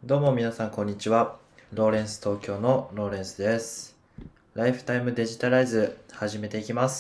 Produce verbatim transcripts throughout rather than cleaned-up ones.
どうも皆さんこんにちは。ローレンス東京のローレンスです。ライフタイムデジタライズ始めていきます。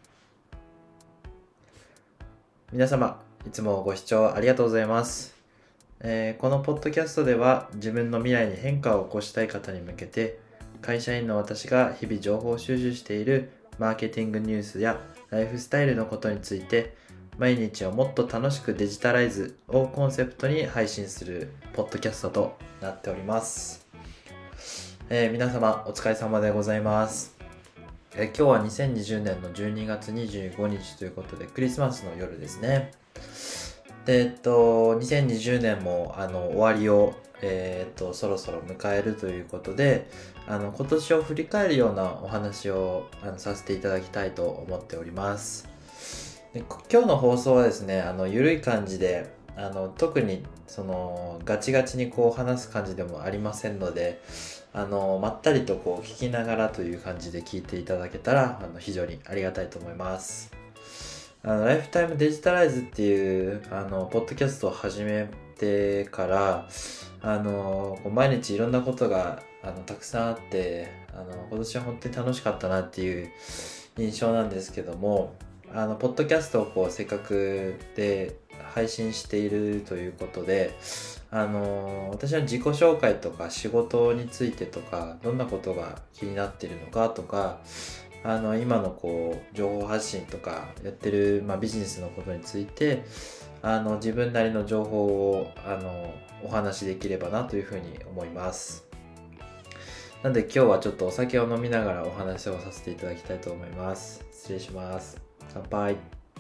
皆様いつもご視聴ありがとうございます。えー、このポッドキャストでは自分の未来に変化を起こしたい方に向けて会社員の私が日々情報収集しているマーケティングニュースやライフスタイルのことについて毎日をもっと楽しくデジタライズをコンセプトに配信するポッドキャストとなっております。えー、皆様お疲れ様でございます。えー、今日はにせんにじゅうねんのじゅうにがつにじゅうごにちということでクリスマスの夜ですね。で、えっと、にせんにじゅうねんもあの終わりを、えー、っとそろそろ迎えるということであの今年を振り返るようなお話をあのさせていただきたいと思っております。で今日の放送はですねあの緩い感じであの特にそのガチガチにこう話す感じでもありませんのであのまったりとこう聞きながらという感じで聞いていただけたらあの非常にありがたいと思います。あのライフタイムデジタライズっていうあのポッドキャストを始めてからあのこう毎日いろんなことがあのたくさんあってあの今年は本当に楽しかったなっていう印象なんですけどもあのポッドキャストをこうせっかくで配信しているということであの私は自己紹介とか仕事についてとかどんなことが気になっているのかとかあの今のこう情報発信とかやってる、まあ、ビジネスのことについてあの自分なりの情報をあのお話しできればなというふうに思います。なので今日はちょっとお酒を飲みながらお話をさせていただきたいと思います。失礼します。乾杯。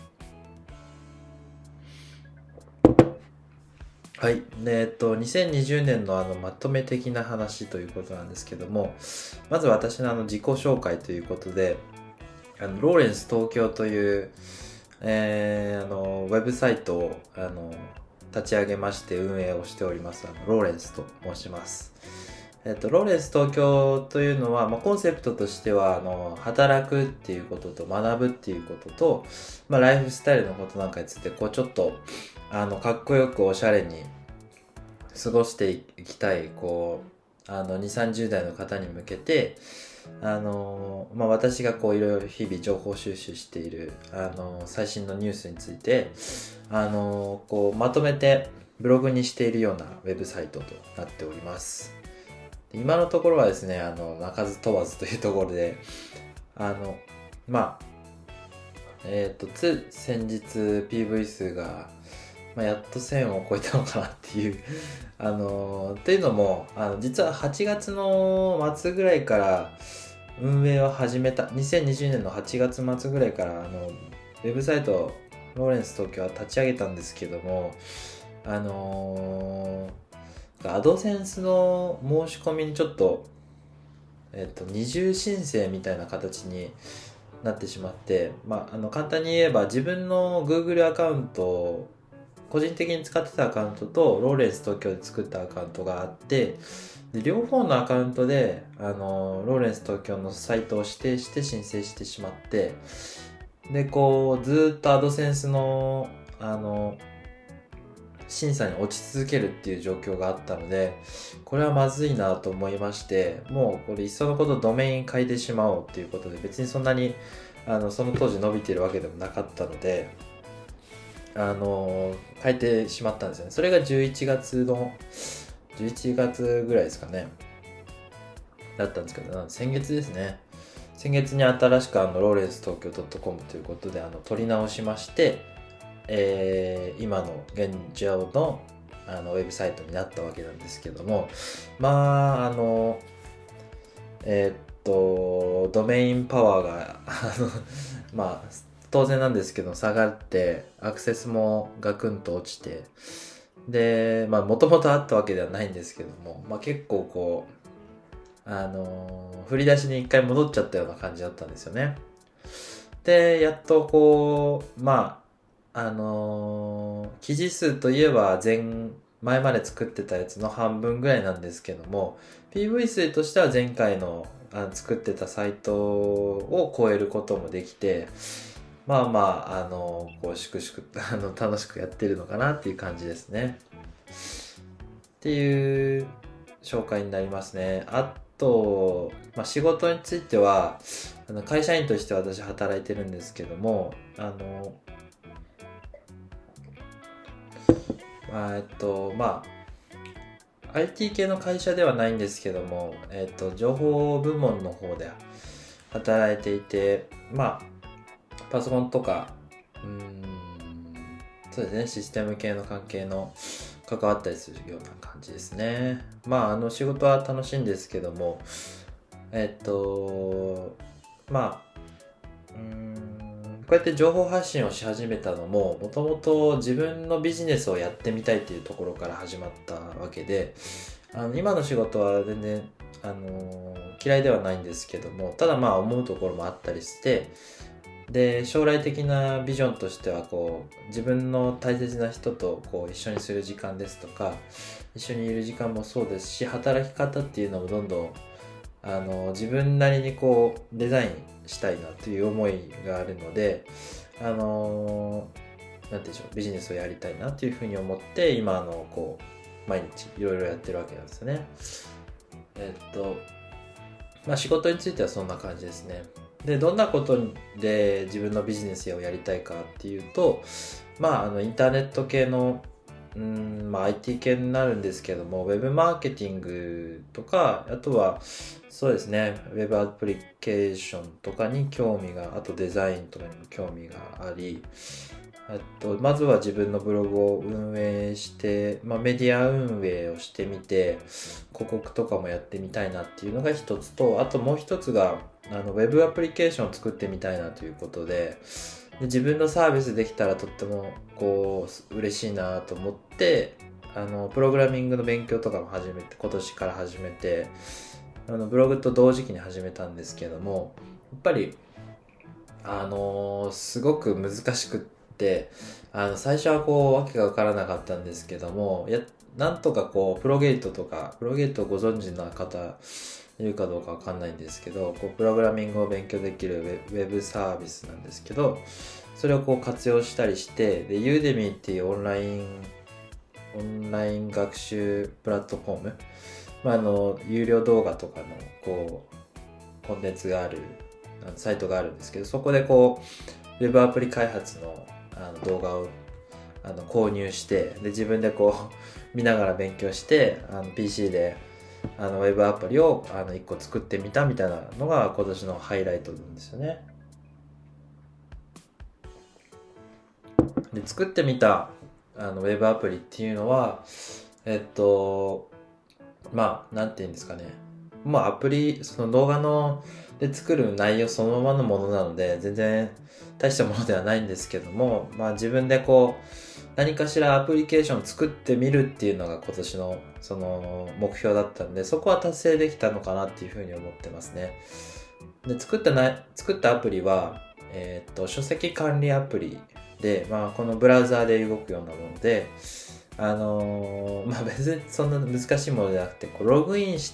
はい。で、えっと、にせんにじゅうねんのあのまとめ的な話ということなんですけども、まず私のあの自己紹介ということで、あのローレンス東京という、えー、あのウェブサイトをあの立ち上げまして運営をしておりますあのローレンスと申します。えっと、ローレンス東京というのは、まあ、コンセプトとしてはあの働くっていうことと学ぶっていうことと、まあ、ライフスタイルのことなんかについてこうちょっとあのかっこよくおしゃれに過ごしていきたいこうあのにじゅう、さんじゅう代の方に向けてあの、まあ、私がこういろいろ日々情報収集しているあの最新のニュースについてあのこうまとめてブログにしているようなウェブサイトとなっております。今のところはですねあの鳴かず飛ばずというところであのまあえっ、ー、とつ先日 ピーブイ 数が、まあ、やっとせんを超えたのかなっていうあのっていうのもあの実ははちがつの末ぐらいから運営を始めたにせんにじゅうねんのはちがつ末ぐらいからあのウェブサイトローレンス東京は立ち上げたんですけどもあのーアドセンスの申し込みにちょっと、えっと、二重申請みたいな形になってしまって、まあ、あの簡単に言えば自分の Google アカウント個人的に使ってたアカウントとローレンス東京で作ったアカウントがあってで両方のアカウントであのローレンス東京のサイトを指定して申請してしまってでこうずっとアドセンスのあの審査に落ち続けるっていう状況があったのでこれはまずいなと思いましてもうこれいっそのことドメイン変えてしまおうっていうことで別にそんなにあのその当時伸びてるわけでもなかったのであの変えてしまったんですよね。それがじゅういちがつのじゅういちがつぐらいですかねだったんですけど先月ですね先月に新しくあのローレンス東京 .com ということであの取り直しましてえー、今の現状のあのウェブサイトになったわけなんですけどもまああのえー、っとドメインパワーがあのまあ当然なんですけど下がってアクセスもガクンと落ちてでまあもともとあったわけではないんですけども、まあ、結構こうあの振り出しに一回戻っちゃったような感じだったんですよね。でやっとこうまああのー、記事数といえば前前まで作ってたやつの半分ぐらいなんですけども ピーブイ 数としては前回のあ作ってたサイトを超えることもできてまあまああのー、こう粛々あの楽しくやってるのかなっていう感じですね。 っていう紹介になりますね。あと、まあ、仕事についてはあの会社員として私働いてるんですけども、あのまあえっとまあ アイティー 系の会社ではないんですけども、えっと情報部門の方で働いていて、まあパソコンとかうーんそうですね、システム系の関係の関わったりするような感じですね。まああの仕事は楽しいんですけども、えっとまあうーんこうやって情報発信をし始めたのも、もともと自分のビジネスをやってみたいっていうところから始まったわけで、あの今の仕事は全然あの嫌いではないんですけども、ただまあ思うところもあったりして、で将来的なビジョンとしてはこう自分の大切な人とこう一緒にする時間ですとか、一緒にいる時間もそうですし、働き方っていうのもどんどんあの自分なりにこうデザインしたいなという思いがあるので、あのなんていうんでしょう、ビジネスをやりたいなというふうに思って、今あのこう毎日いろいろやってるわけなんですよね。えっとまあ仕事についてはそんな感じですね。でどんなことで自分のビジネスをやりたいかっていうと、まああのインターネット系のうーんまあ アイティー 系になるんですけども、ウェブマーケティングとか、あとはそうですね、ウェブアプリケーションとかに興味が、あとデザインとかにも興味があり、あとまずは自分のブログを運営して、まあ、メディア運営をしてみて、広告とかもやってみたいなっていうのが一つと、あともう一つがあのウェブアプリケーションを作ってみたいなということで、で自分のサービスできたらとってもこう嬉しいなと思って、あのプログラミングの勉強とかも始めて、今年から始めて、あのブログと同時期に始めたんですけども、やっぱりあのーすごく難しくって、あの最初はこうわけが分からなかったんですけども、やなんとかこうプロゲートとか、プロゲートをご存知の方いるかどうかわかんないんですけど、こうプログラミングを勉強できるウェウェブサービスなんですけど、それをこう活用したりして、でユーデミーっていうオンラインオンライン学習プラットフォーム、まあ、あの有料動画とかのこうコンテンツがあるあのサイトがあるんですけど、そこでこうウェブアプリ開発のあの動画をあの購入して、で自分でこう見ながら勉強して、あの ピーシー であのウェブアプリをあのいっこ作ってみたみたいなのが今年のハイライトなんですよね。で作ってみたあのウェブアプリっていうのは、えっとまあなんて言うんですかね、まあアプリ、その動画ので作る内容そのままのものなので全然大したものではないんですけども、まあ自分でこう何かしらアプリケーションを作ってみるっていうのが今年のその目標だったんで、そこは達成できたのかなっていうふうに思ってますね。で作ったな作ったアプリは、えーっと書籍管理アプリで、まあ、このブラウザーで動くようなもので、あのーまあ別にそんな難しいものじゃなくて、こうログインして、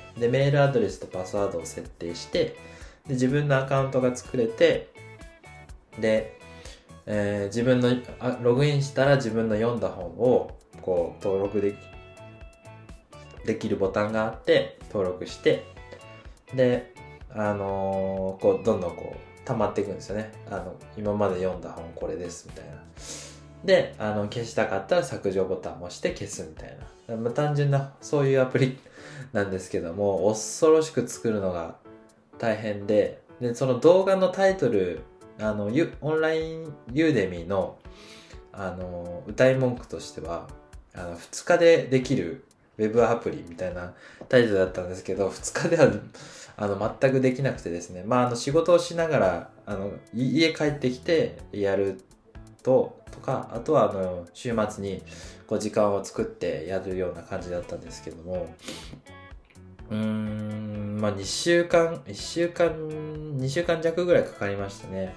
でメールアドレスとパスワードを設定して、で自分のアカウントが作れて、で、えー自分のあログインしたら自分の読んだ本をこう登録できできるボタンがあって、登録して、であのーこうどんどんこう溜まっていくんですよね。あの今まで読んだ本これですみたいな。であの消したかったら削除ボタンを押して消すみたいな、まあ、単純なそういうアプリなんですけども、恐ろしく作るのが大変で、でその動画のタイトル、あのユオンラインユーデミのあの歌い文句としては、あのふつかでできるウェブアプリみたいなタイトルだったんですけど、ふつかではあの全くできなくてですね、まあ、あの仕事をしながらあの家帰ってきてやるととか、あとはあの週末にこう時間を作ってやるような感じだったんですけども、うーんまあにしゅうかんいっしゅうかんにしゅうかん弱ぐらいかかりましたね。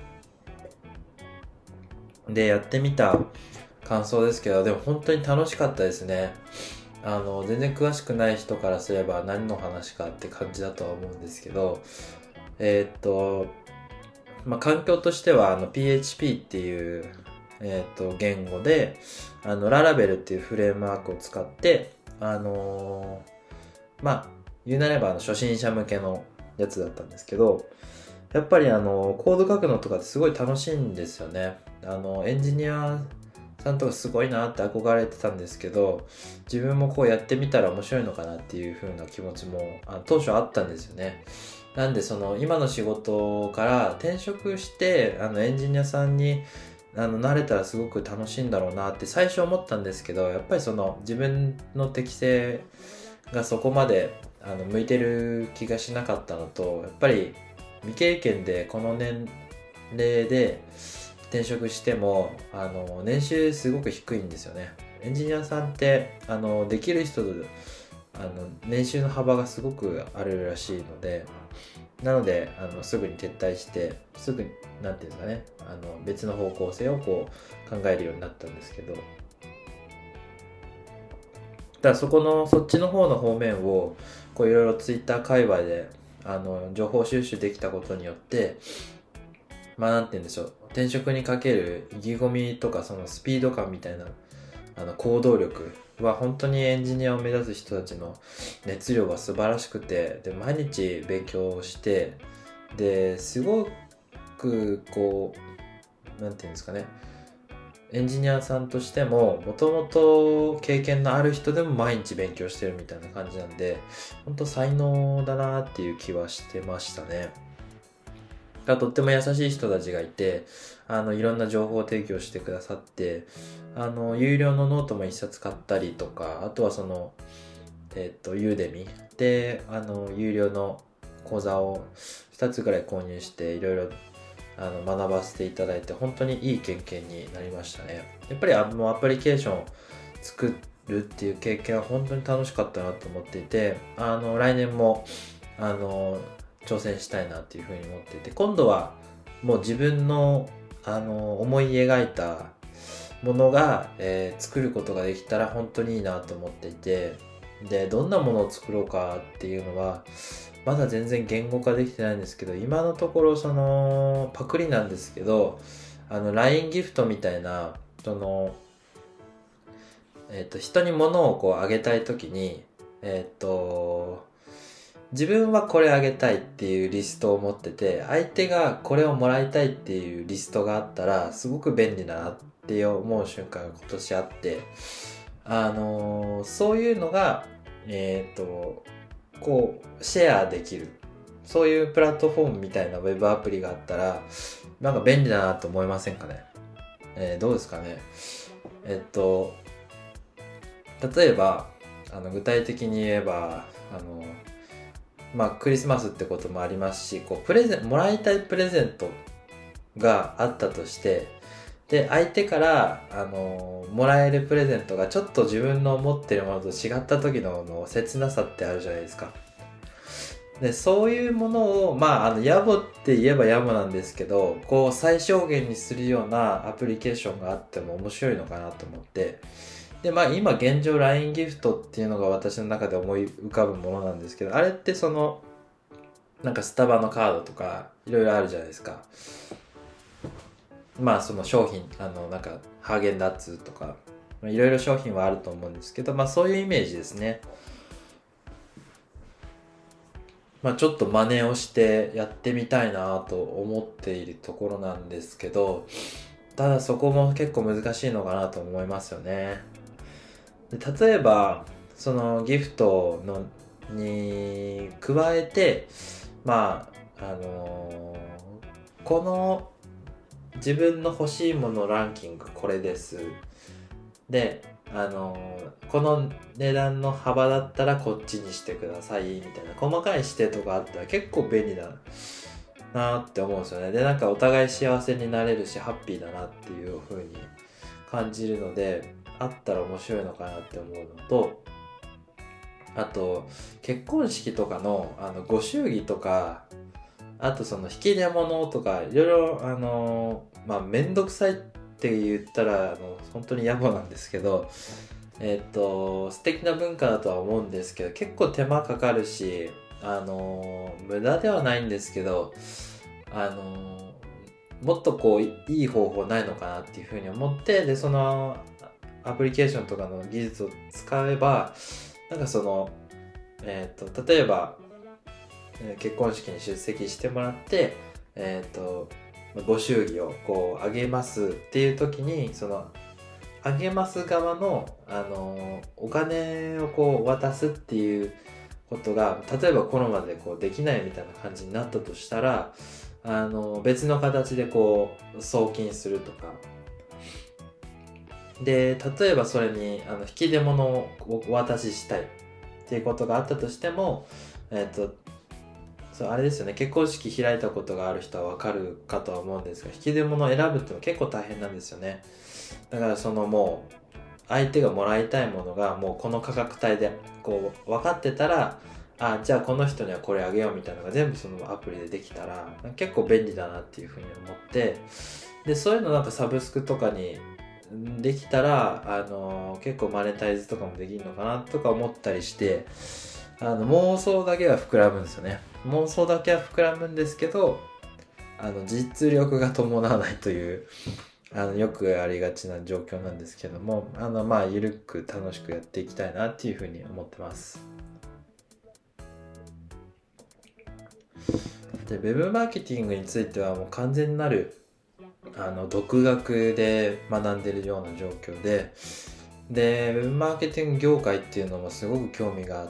でやってみた感想ですけど、でも本当に楽しかったですね。あの全然詳しくない人からすれば何の話かって感じだとは思うんですけど、えーっとまあ環境としてはあの ピーエイチピー っていうえーっと言語で、あのララベルっていうフレームワークを使って、 あのー、まあ言うなればあの初心者向けのやつだったんですけど、やっぱりあのコード書くのとかってすごい楽しいんですよね。あのエンジニアさんとかすごいなって憧れてたんですけど、自分もこうやってみたら面白いのかなっていう風な気持ちもあ当初あったんですよね。なんでその今の仕事から転職してあのエンジニアさんにあの慣れたらすごく楽しいんだろうなって最初思ったんですけど、やっぱりその自分の適性がそこまであの向いてる気がしなかったのと、やっぱり未経験でこの年齢で転職してもあの年収すごく低いんですよね。エンジニアさんってあのできる人あの年収の幅がすごくあるらしいので、なのであのすぐに撤退してすぐなんていうんですかね、あの別の方向性をこう考えるようになったんですけど、だからそこのそっちの方の方面をこういろいろツイッター界隈であの情報収集できたことによって、まあなんて言うんでしょう、転職にかける意気込みとかそのスピード感みたいなあの行動力は本当にエンジニアを目指す人たちの熱量が素晴らしくて、で毎日勉強してですごくこうなんて言うんですかね、エンジニアさんとしてももともと経験のある人でも毎日勉強してるみたいな感じなんで、本当才能だなっていう気はしてましたね。がとっても優しい人たちがいて、あのいろんな情報を提供してくださって、あの有料のノートも一冊買ったりとか、あとはそのえっとユーデミであの有料の講座をふたつぐらい購入していろいろあの学ばせていただいて、本当にいい経験になりましたね。やっぱりあのアプリケーションを作るっていう経験は本当に楽しかったなと思っていて、あの来年もあの挑戦したいなっていうふうに思っていて、今度はもう自分のあの思い描いたものが、えー作ることができたら本当にいいなと思っていて、でどんなものを作ろうかっていうのはまだ全然言語化できてないんですけど、今のところそのパクリなんですけど、あの ライン ギフトみたいなその、えっと人に物をこうあげたいときに、えっと自分はこれあげたいっていうリストを持ってて、相手がこれをもらいたいっていうリストがあったらすごく便利だなって思う瞬間が今年あって、あのーそういうのがえっとこうシェアできる、そういうプラットフォームみたいなウェブアプリがあったらなんか便利だなと思いませんかね。えーどうですかね。えっと例えばあの具体的に言えばあのまあクリスマスってこともありますし、こうプレゼンもらいたいプレゼントがあったとして、で相手からあのもらえるプレゼントがちょっと自分の思ってるものと違った時のの切なさってあるじゃないですか。でそういうものをまああの野暮って言えば野暮なんですけど、こう最小限にするようなアプリケーションがあっても面白いのかなと思って、でまあ今現状 ライン ギフトっていうのが私の中で思い浮かぶものなんですけど、あれってそのなんかスタバのカードとかいろいろあるじゃないですか。まあその商品あのなんかハーゲンダッツとかいろいろ商品はあると思うんですけど、まあそういうイメージですね。まあちょっと真似をしてやってみたいなと思っているところなんですけど、ただそこも結構難しいのかなと思いますよね。で例えばそのギフトのに加えて、まああのーこの自分の欲しいものランキングこれですで、あのーこの値段の幅だったらこっちにしてくださいみたいな細かい指定とかあったら結構便利だなって思うんですよね。でなんかお互い幸せになれるしハッピーだなっていう風に感じるので、あったら面白いのかなって思うのと、あと結婚式とかのあのご祝儀とか、あとその引き出物とかいろいろあのまあめんどくさいって言ったらあの本当に野暮なんですけど、えっと素敵な文化だとは思うんですけど、結構手間かかるし、あの無駄ではないんですけど、あのもっとこういい方法ないのかなっていうふうに思って、でそのアプリケーションとかの技術を使えばなんかその、えー、と例えば、えー、結婚式に出席してもらって、えー、とご祝儀をこうあげますっていう時にそのあげます側の、あのー、お金をこう渡すっていうことが例えばコロナでこうできないみたいな感じになったとしたら、あのー、別の形でこう送金するとかで、例えばそれにあの引き出物をお渡ししたいっていうことがあったとしても、えっとそうあれですよね、結婚式開いたことがある人は分かるかとは思うんですが、引き出物を選ぶっていうのは結構大変なんですよね。だからそのもう相手がもらいたいものがもうこの価格帯でこう分かってたら、あじゃあこの人にはこれあげようみたいなのが全部そのアプリでできたら結構便利だなっていうふうに思って、でそういうのなんかサブスクとかにできたら、あのー、結構マネタイズとかもできるのかなとか思ったりして、あの妄想だけは膨らむんですよね。妄想だけは膨らむんですけど、あの実力が伴わないというあのよくありがちな状況なんですけども、あのまあゆるく楽しくやっていきたいなっていうふうに思ってます。でウェブマーケティングについてはもう完全なるあの独学で学んでるような状況で、でウェブマーケティング業界っていうのもすごく興味があって、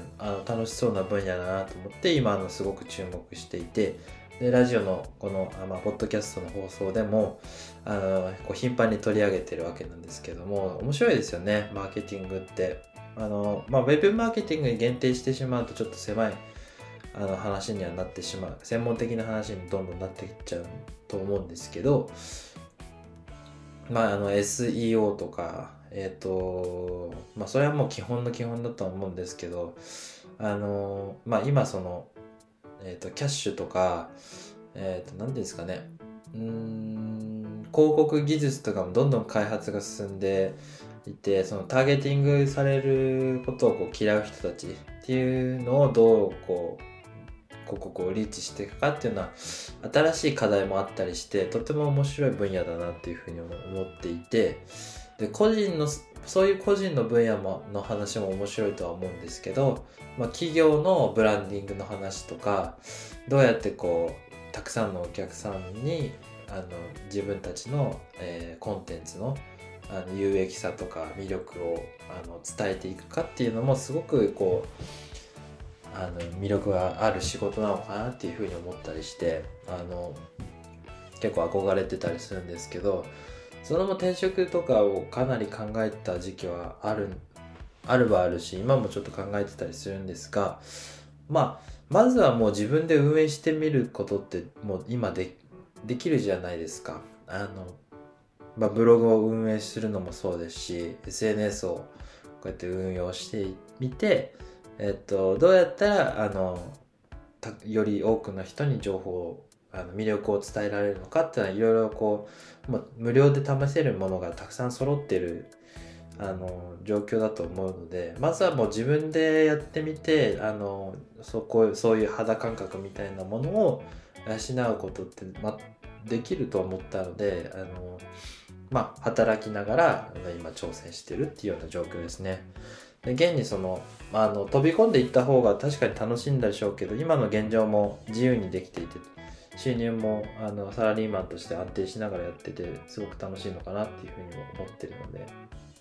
あの楽しそうな分野だなと思って今あのすごく注目していて、でラジオのこのあ、まあ、ポッドキャストの放送でもあのこう頻繁に取り上げてるわけなんですけども、面白いですよねマーケティングって。あの、まあ、ウェブマーケティングに限定してしまうとちょっと狭いあの話にはなってしまう、専門的な話にどんどんなっていっちゃうと思うんですけど、まああの エスイーオー とかえっ、ー、とまあそれはもう基本の基本だとは思うんですけど、あのまあ今そのえっ、ー、とキャッシュとかえっ、ー、と何ですかね、うーん広告技術とかもどんどん開発が進んでいて、そのターゲティングされることをこう嫌う人たちっていうのをどうこう広告をリーチしていくかっていうのは新しい課題もあったりして、とても面白い分野だなっていうふうに思っていて、で個人のそういう個人の分野もの話も面白いとは思うんですけど、まあ、企業のブランディングの話とか、どうやってこうたくさんのお客さんにあの自分たちの、えー、コンテンツのあの有益さとか魅力をあの伝えていくかっていうのもすごくこうあの魅力がある仕事なのかなっていうふうに思ったりして、あの結構憧れてたりするんですけど、そのも転職とかをかなり考えた時期はあるあるはあるし、今もちょっと考えてたりするんですが、まあまずはもう自分で運営してみることってもう今でできるじゃないですか。あの、まあ、ブログを運営するのもそうですし、 エスエヌエス をこうやって運用してみて、えっと、どうやったらあのより多くの人に情報をあの魅力を伝えられるのかっていうのはいろいろこうもう無料で試せるものがたくさん揃ってるあの状況だと思うので、まずはもう自分でやってみて、あのそこそういう肌感覚みたいなものを養うことって、ま、できると思ったので、あのまあ働きながら今挑戦してるっていうような状況ですね。で現にその、まあ、あの飛び込んでいった方が確かに楽しいんでしょうけど、今の現状も自由にできていて収入もあのサラリーマンとして安定しながらやっててすごく楽しいのかなっていうふうにも思ってるので、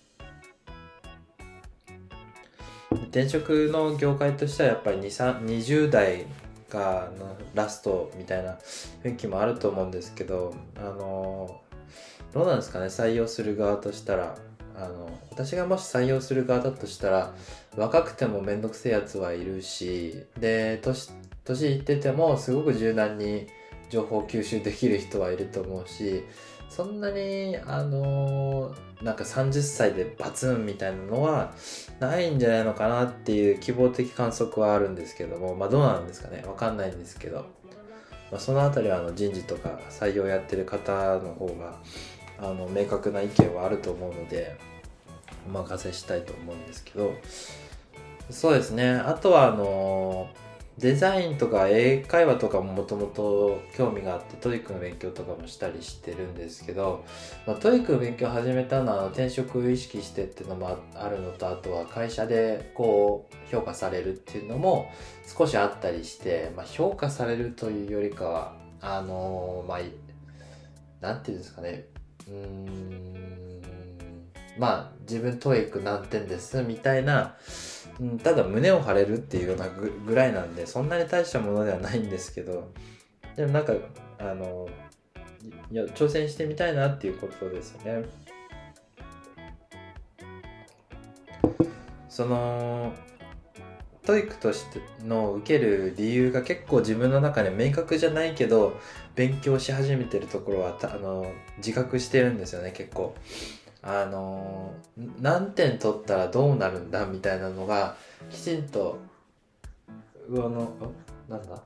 転職の業界としてはやっぱりにじゅう代がのラストみたいな雰囲気もあると思うんですけど、あのどうなんですかね、採用する側としたら、あの私がもし採用する側だとしたら、若くてもめんどくせえやつはいるし、で 年, 年いっててもすごく柔軟に情報吸収できる人はいると思うし、そんなにあのなんかさんじゅっさいでバツンみたいなのはないんじゃないのかなっていう希望的観測はあるんですけども、まあどうなんですかね、わかんないんですけど、まあ、そのあたりはあの人事とか採用やってる方の方があの明確な意見はあると思うのでお任せしたいと思うんですけど、そうですね、あとはあのデザインとか英会話とかももともと興味があってトイックの勉強とかもしたりしてるんですけど、まあ、トイックの勉強を始めたのは転職を意識してっていうのもあるのと、あとは会社でこう評価されるっていうのも少しあったりして、まあ、評価されるというよりかはあのー、まあなんていうんですかね、うーんまあ自分トイック何点ですみたいな、うん、ただ胸を張れるっていうような ぐ, ぐらいなんで、そんなに大したものではないんですけど、でもなんかあのいや挑戦してみたいなっていうことですよね。そのトイックとしての受ける理由が結構自分の中で明確じゃないけど勉強し始めてるところはあの自覚してるんですよね。結構あの何点取ったらどうなるんだみたいなのがきちんと上のなんだ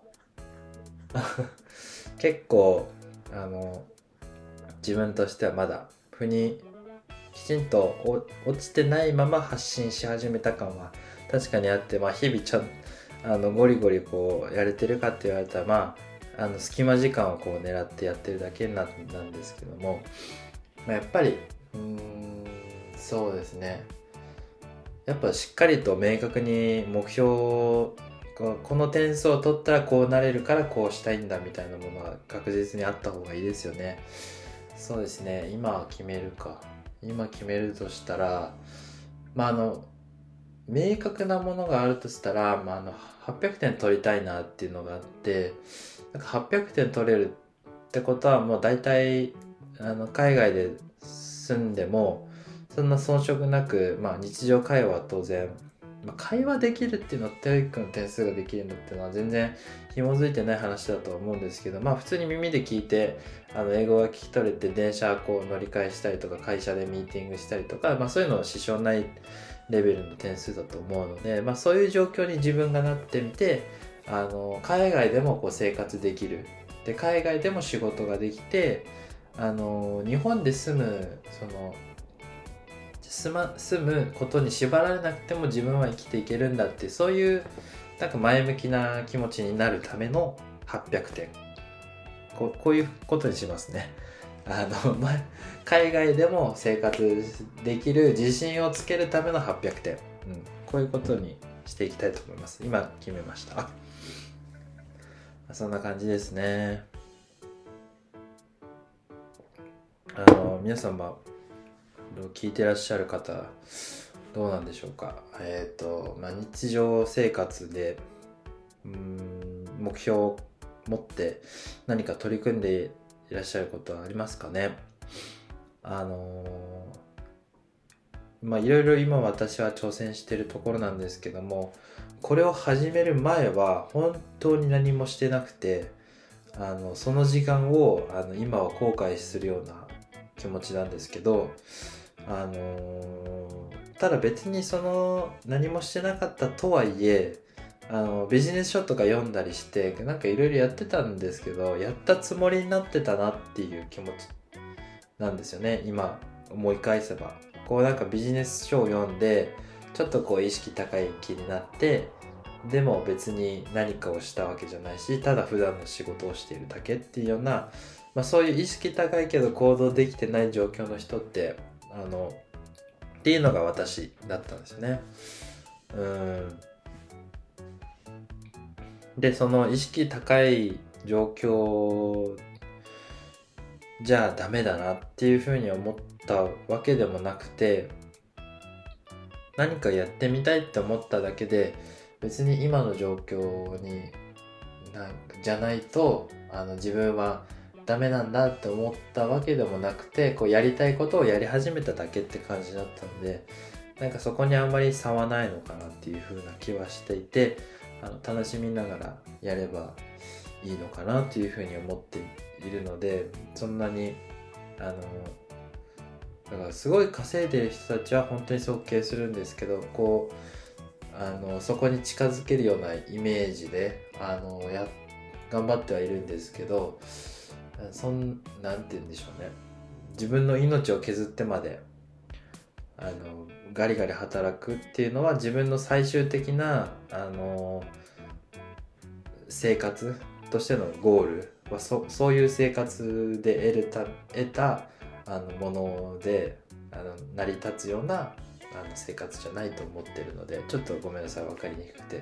結構あの自分としてはまだ腑にきちんと落ちてないまま発信し始めた感は確かにあって、まあ、日々ちゃんあのゴリゴリこうやれてるかって言われたら、まあ、あの隙間時間をこう狙ってやってるだけななんですけども、まあ、やっぱりうーんそうですね、やっぱしっかりと明確に目標この点数を取ったらこうなれるからこうしたいんだみたいなものは確実にあった方がいいですよね。そうですね、今決めるか今決めるとしたら、まああの明確なものがあるとしたら、まあ、あのはっぴゃくてん取りたいなっていうのがあって、なんかはっぴゃくてん取れるってことはもう大体あの海外で住んでもそんな遜色なく、まあ、日常会話は当然、まあ、会話できるっていうのはトイックの点数ができるのっていうのは全然紐づいてない話だと思うんですけど、まあ普通に耳で聞いてあの英語が聞き取れて電車こう乗り換えしたりとか会社でミーティングしたりとか、まあ、そういうのは支障ないレベルの点数だと思うので、まあ、そういう状況に自分がなってみて、あの海外でもこう生活できるで海外でも仕事ができて、あの日本で住むその住, ま、住むことに縛られなくても自分は生きていけるんだって、そういうなんか前向きな気持ちになるためのはっぴゃくてん、こう、こういうことにしますね。あの、ま、海外でも生活できる自信をつけるためのはっぴゃくてん、うん、こういうことにしていきたいと思います。今決めました。そんな感じですね。あの皆様聞いてらっしゃる方どうなんでしょうか。えっと、まあ、日常生活でうーん目標を持って何か取り組んでいらっしゃることはありますかね。あのー、まあいろいろ今私は挑戦しているところなんですけども、これを始める前は本当に何もしてなくて、あのその時間をあの今は後悔するような気持ちなんですけど、あのー、ただ別にその何もしてなかったとはいえ、あのビジネス書とか読んだりしてなんかいろいろやってたんですけど、やったつもりになってたなっていう気持ちなんですよね。今思い返せばこうなんかビジネス書を読んでちょっとこう意識高い気になって、でも別に何かをしたわけじゃないし、ただ普段の仕事をしているだけっていうような、まあ、そういう意識高いけど行動できてない状況の人ってあのっていうのが私だったんですよね。うんでその意識高い状況じゃあダメだなっていうふうに思ったわけでもなくて、何かやってみたいって思っただけで、別に今の状況になんかじゃないとあの自分はダメなんだって思ったわけでもなくて、こうやりたいことをやり始めただけって感じだったので、なんかそこにあんまり差はないのかなっていう風な気はしていて、あの楽しみながらやればいいのかなっていう風に思っているので、そんなにあのだからすごい稼いでる人たちは本当に尊敬するんですけど、こうあのそこに近づけるようなイメージであのや頑張ってはいるんですけど、そんなんて言うんでしょうね、自分の命を削ってまであのガリガリ働くっていうのは自分の最終的なあの生活としてのゴールは そ, そういう生活で得るた得たあのものであの成り立つようなあの生活じゃないと思ってるので、ちょっとごめんなさい、分かりにくくて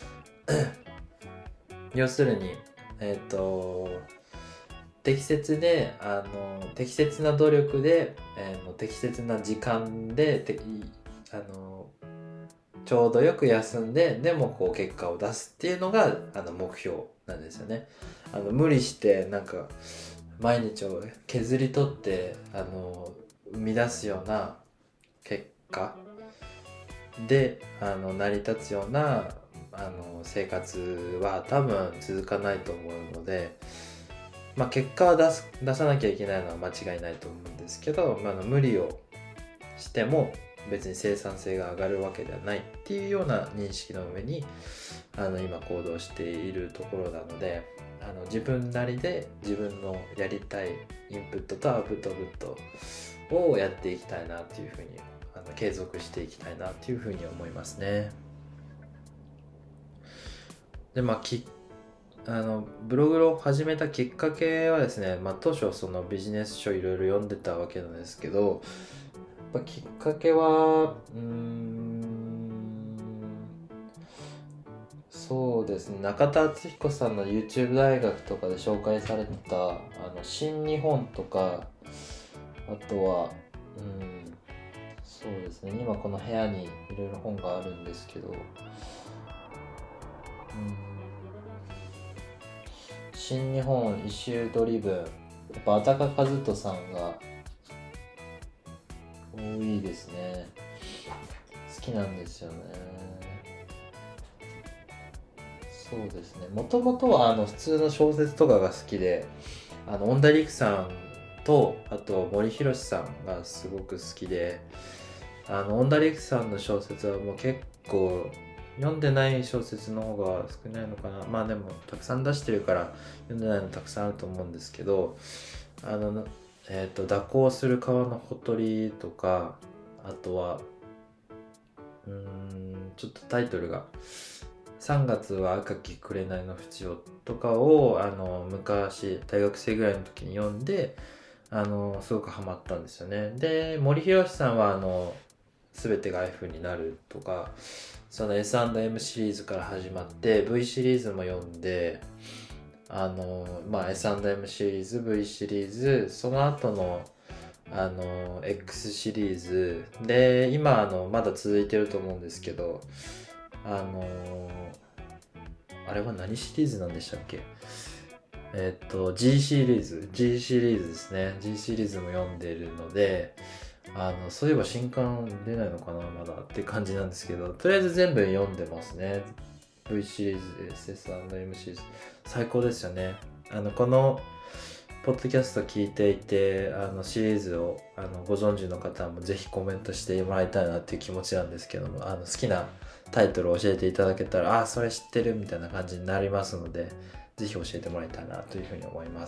要するにえっ、ー、と適切であの適切な努力で、えー、適切な時間でてあのちょうどよく休んででもこう結果を出すっていうのがあの目標なんですよね。あの無理してなんか毎日を削り取ってあの生み出すような結果であの成り立つようなあの生活は多分続かないと思うので、まあ、結果は出す出さなきゃいけないのは間違いないと思うんですけど、まあ、無理をしても別に生産性が上がるわけではないっていうような認識の上にあの今行動しているところなので、あの自分なりで自分のやりたいインプットとアウトプットをやっていきたいなっていうふうにあの継続していきたいなっていうふうに思いますね。でまあきあのブログを始めたきっかけはですね、まあ、当初そのビジネス書いろいろ読んでたわけなんですけど、やっぱきっかけはうーんそうですね、中田敦彦さんの YouTube 大学とかで紹介されてたあの新日本とか、あとはうんそうですね、今この部屋にいろいろ本があるんですけど、うん新日本イシュードリブン、やっぱ安高和人さんが多いですね。好きなんですよね。そうですね、もともとはあの普通の小説とかが好きで、あの恩田陸さんとあと森博さんがすごく好きで、あの恩田陸さんの小説はもう結構読んでない小説の方が少ないのかな。まあでもたくさん出してるから読んでないのたくさんあると思うんですけど、あのえっと蛇行する川のほとりとか、あとはうーんちょっとタイトルがさんがつは赤き紅の淵をとかをあの昔大学生ぐらいの時に読んで、あのすごくハマったんですよね。で森博さんはあの全てが F になるとか、その エスアンドエム シリーズから始まって V シリーズも読んで、あのまあ エスアンドエム シリーズ V シリーズ、その後のあの X シリーズで今あのまだ続いてると思うんですけど、あのあれは何シリーズなんでしたっけ、えっと G シリーズ G シリーズですね。 G シリーズも読んでいるので、あのそういえば新刊出ないのかなまだって感じなんですけど、とりあえず全部読んでますね。 V シリーズ エスエスアンドエム シリーズ最高ですよね。あのこのポッドキャスト聞いていてあのシリーズをあのご存知の方もぜひコメントしてもらいたいなっていう気持ちなんですけども、あの好きなタイトルを教えていただけたら、あそれ知ってるみたいな感じになりますので、ぜひ教えてもらいたいなというふうに思います。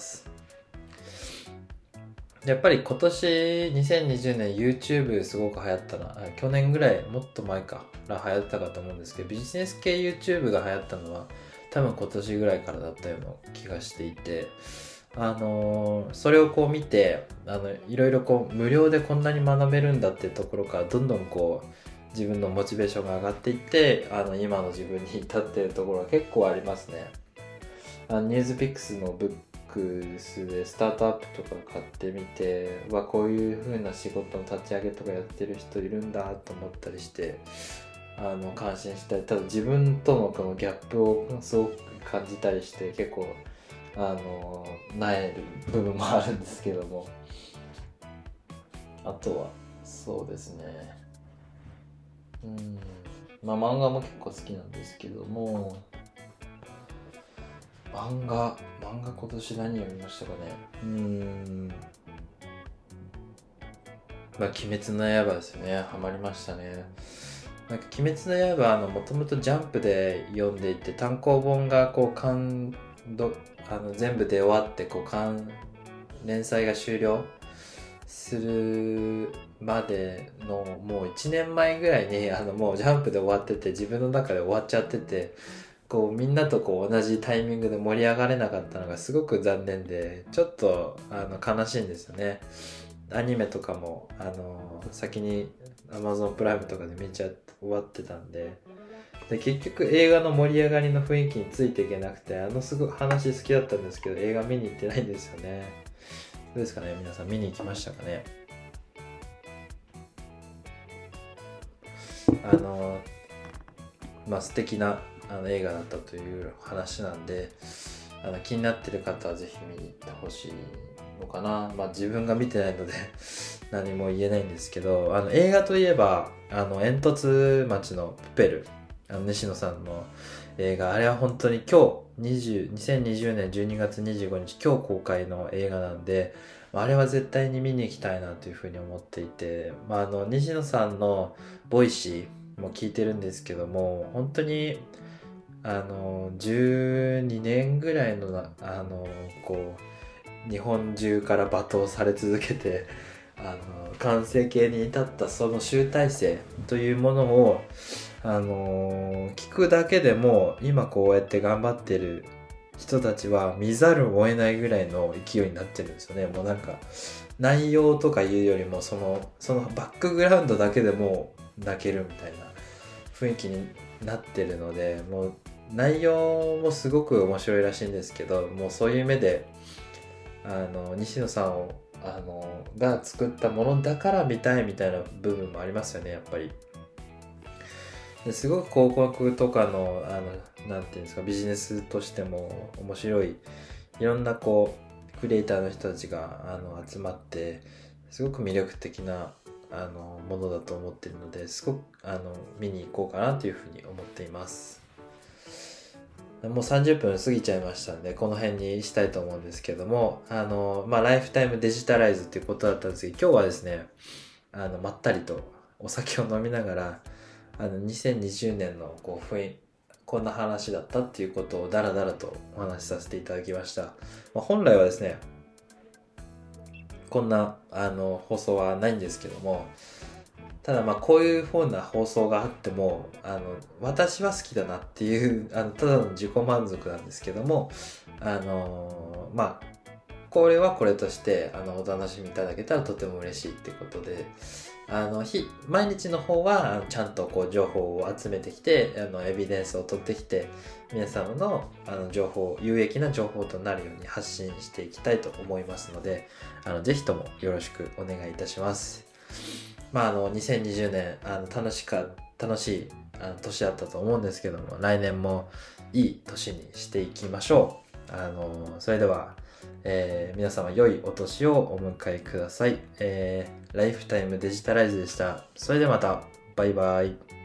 やっぱり今年にせんにじゅうねん YouTube すごく流行ったな。去年ぐらいもっと前から流行ったかと思うんですけど、ビジネス系 YouTube が流行ったのは多分今年ぐらいからだったような気がしていて、あのー、それをこう見てあのいろいろこう無料でこんなに学べるんだってところからどんどんこう自分のモチベーションが上がっていって、あの今の自分に至っているところは結構ありますね。あのニュースピックスのブックスでスタートアップとか買ってみて、わこういう風な仕事の立ち上げとかやってる人いるんだと思ったりして、あの感心したり、ただ自分とのこのギャップをすごく感じたりして、結構あの萎える部分もあるんですけども、あとはそうですね、うんまあ漫画も結構好きなんですけども、漫画漫画今年何読みましたかね。うーんまあ鬼滅の刃ですよね。ハマりましたね。なんか鬼滅の刃はもともとジャンプで読んでいて、単行本がこう完どあの全部出終わってこう完連載が終了するまでのもういちねんまえぐらいにあのもうジャンプで終わってて、自分の中で終わっちゃってて、 こうみんなとこう同じタイミングで盛り上がれなかったのがすごく残念で、ちょっとあの悲しいんですよね。アニメとかもあの先に Amazon プライムとかで見ちゃ終わってたんで、で結局映画の盛り上がりの雰囲気についていけなくて、あのすごい話好きだったんですけど映画見に行ってないんですよね。どうですかね、皆さん見に行きましたかね。あのまあ素敵なあの映画だったという話なんで、あの気になってる方はぜひ見に行ってほしいのかな。まあ自分が見てないので何も言えないんですけど、あの映画といえばあの煙突町のプペル、あの西野さんの映画、あれは本当に今日にじゅうにせんにじゅうねんじゅうにがつにじゅうごにち今日公開の映画なんで、あれは絶対に見に行きたいなというふうに思っていて、まあ、あの西野さんのボイシーも聞いてるんですけども、本当にあのじゅうにねんぐらいのなあのこう日本中から罵倒され続けて、あの完成形に至ったその集大成というものをあの聞くだけでも今こうやって頑張ってる人たちは見ざるを得ないぐらいの勢いになってるんですよね。もうなんか内容とかいうよりもそのそのバックグラウンドだけでも泣けるみたいな雰囲気になってるので、もう内容もすごく面白いらしいんですけど、もうそういう目であの西野さんをあのが作ったものだから見たいみたいな部分もありますよね、やっぱり。ですごく広告とかのあのなんていうんですか、ビジネスとしても面白い、いろんなこうクリエイターの人たちがあの集まってすごく魅力的なあのものだと思っているので、すごくあの見に行こうかなというふうに思っています。もうさんじゅっぷん過ぎちゃいましたんでこの辺にしたいと思うんですけども、あのまあライフタイムデジタライズっていうことだったんですけど、今日はですねあのまったりとお酒を飲みながらあのにせんにじゅうねんのこう雰囲こんな話だったっていうことをダラダラとお話しさせていただきました。まあ、本来はですねこんなあの放送はないんですけども、ただまあこういう風な放送があってもあの私は好きだなっていうあのただの自己満足なんですけども、あのまあこれはこれとしてあのお楽しみいただけたらとても嬉しいってことで、あの日毎日の方はちゃんとこう情報を集めてきてあのエビデンスを取ってきて皆様のあの情報有益な情報となるように発信していきたいと思いますので、あのぜひともよろしくお願いいたします。まああのにせんにじゅうねんあの楽しか楽しいあの年だったと思うんですけども、来年もいい年にしていきましょう。あのそれではえー、皆様良いお年をお迎えください。えー、ライフタイムデジタライズでした。それではまた。バイバイ。